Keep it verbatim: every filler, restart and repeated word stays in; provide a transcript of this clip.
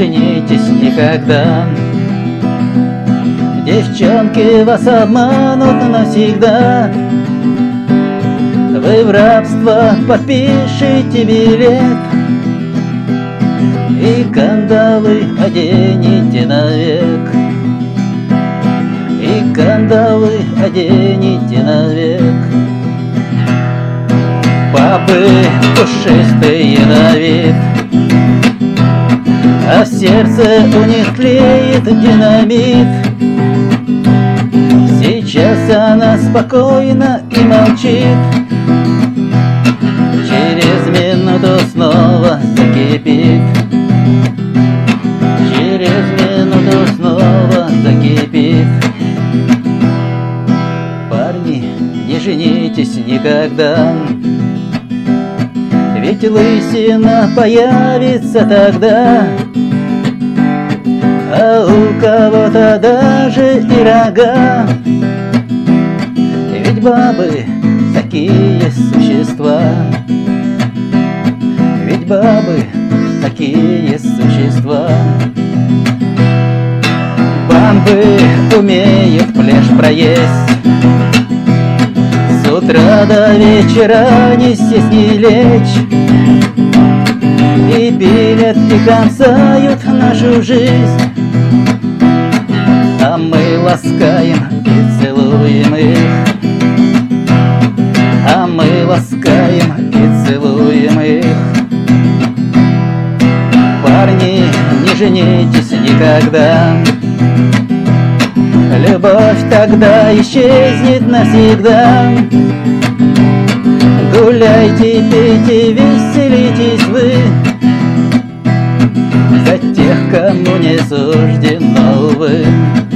женитесь никогда. Девчонки вас обманут навсегда. Вы в рабство подпишите билет и кандалы оденете навек. И кандалы оденете навек. Бабы пушистые на вид, а в сердце у них тлеет динамит. Сейчас она спокойна и молчит, через минуту снова закипит. Через минуту снова закипит. Парни, не женитесь никогда, ведь лысина появится тогда, а у кого-то даже и рога. Ведь бабы такие существа, ведь бабы такие существа. Бабы умеют плешь проесть, с утра до вечера не сесть не лечь, и пилят и концают нашу жизнь, а мы ласкаем и целуем их, а мы ласкаем и целуем их. Парни, не женитесь никогда, любовь тогда исчезнет навсегда. Гуляйте, пейте, веселитесь вы, за тех, кому не суждено, увы.